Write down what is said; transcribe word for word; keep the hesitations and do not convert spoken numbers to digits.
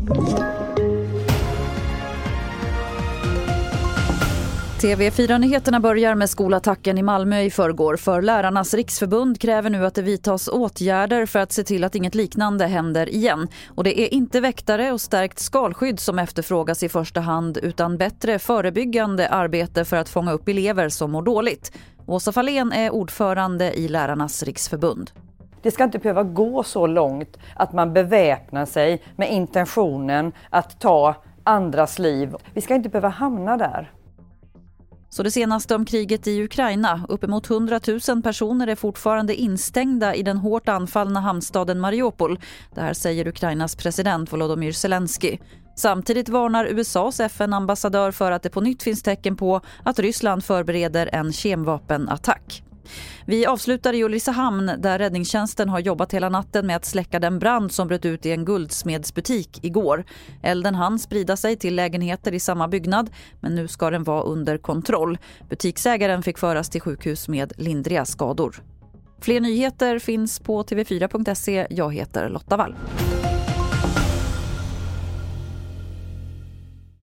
T V fyra-nyheterna börjar med skolattacken i Malmö i förrgår. För Lärarnas riksförbund kräver nu att det vidtas åtgärder för att se till att inget liknande händer igen. Och det är inte väktare och stärkt skalskydd som efterfrågas i första hand, utan bättre förebyggande arbete för att fånga upp elever som mår dåligt. Åsa Fahlén är ordförande i Lärarnas riksförbund. Det ska inte behöva gå så långt att man beväpnar sig med intentionen att ta andras liv. Vi ska inte behöva hamna där. Så det senaste om kriget i Ukraina. Uppemot hundratusen personer är fortfarande instängda i den hårt anfallna hamnstaden Mariupol. Det här säger Ukrainas president Volodymyr Zelensky. Samtidigt varnar U S A:s F N-ambassadör för att det på nytt finns tecken på att Ryssland förbereder en kemvapenattack. Vi avslutar i Ulricehamn där räddningstjänsten har jobbat hela natten med att släcka den brand som bröt ut i en guldsmedsbutik igår. Elden hann sprida sig till lägenheter i samma byggnad, men nu ska den vara under kontroll. Butiksägaren fick föras till sjukhus med lindriga skador. Fler nyheter finns på t v fyra punkt se. Jag heter Lotta Wall.